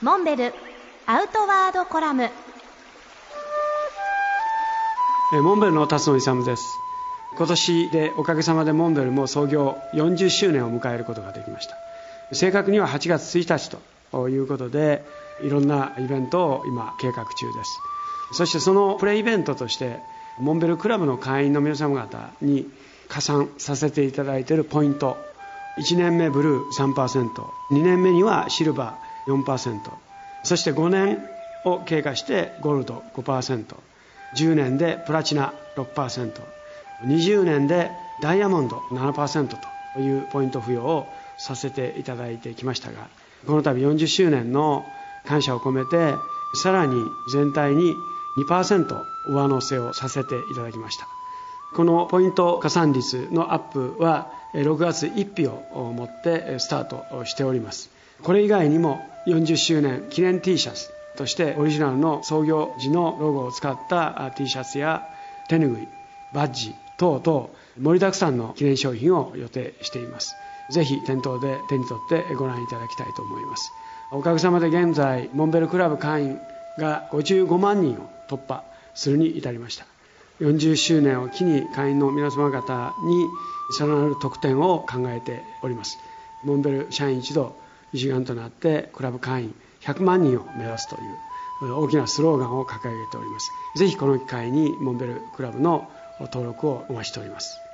モンベルアウトワードコラム。 モンベルの辰野勇です。今年でおかげさまでモンベルも創業40周年を迎えることができました。正確には8月1日ということで、いろんなイベントを今計画中です。そしてそのプレイベントとしてモンベルクラブの会員の皆様方に加算させていただいているポイント、1年目ブルー 3%、 2年目にはシルバー 4%、 そして5年を経過してゴールド 5%、 10年でプラチナ 6%、 20年でダイヤモンド 7% というポイント付与をさせていただいてきましたが、この度40周年の感謝を込めてさらに全体に 2% 上乗せをさせていただきました。このポイント加算率のアップは6月1日をもってスタートしております。これ以外にも40周年記念 T シャツとしてオリジナルの創業時のロゴを使った T シャツや手ぬぐい、バッジ等々盛りだくさんの記念商品を予定しています。ぜひ店頭で手に取ってご覧いただきたいと思います。おかげさまで現在モンベルクラブ会員が55万人を突破するに至りました。40周年を機に会員の皆様方にさらなる特典を考えております。モンベル社員一同一丸となってクラブ会員100万人を目指すという大きなスローガンを掲げております。ぜひこの機会にモンベルクラブの登録をお待ちしております。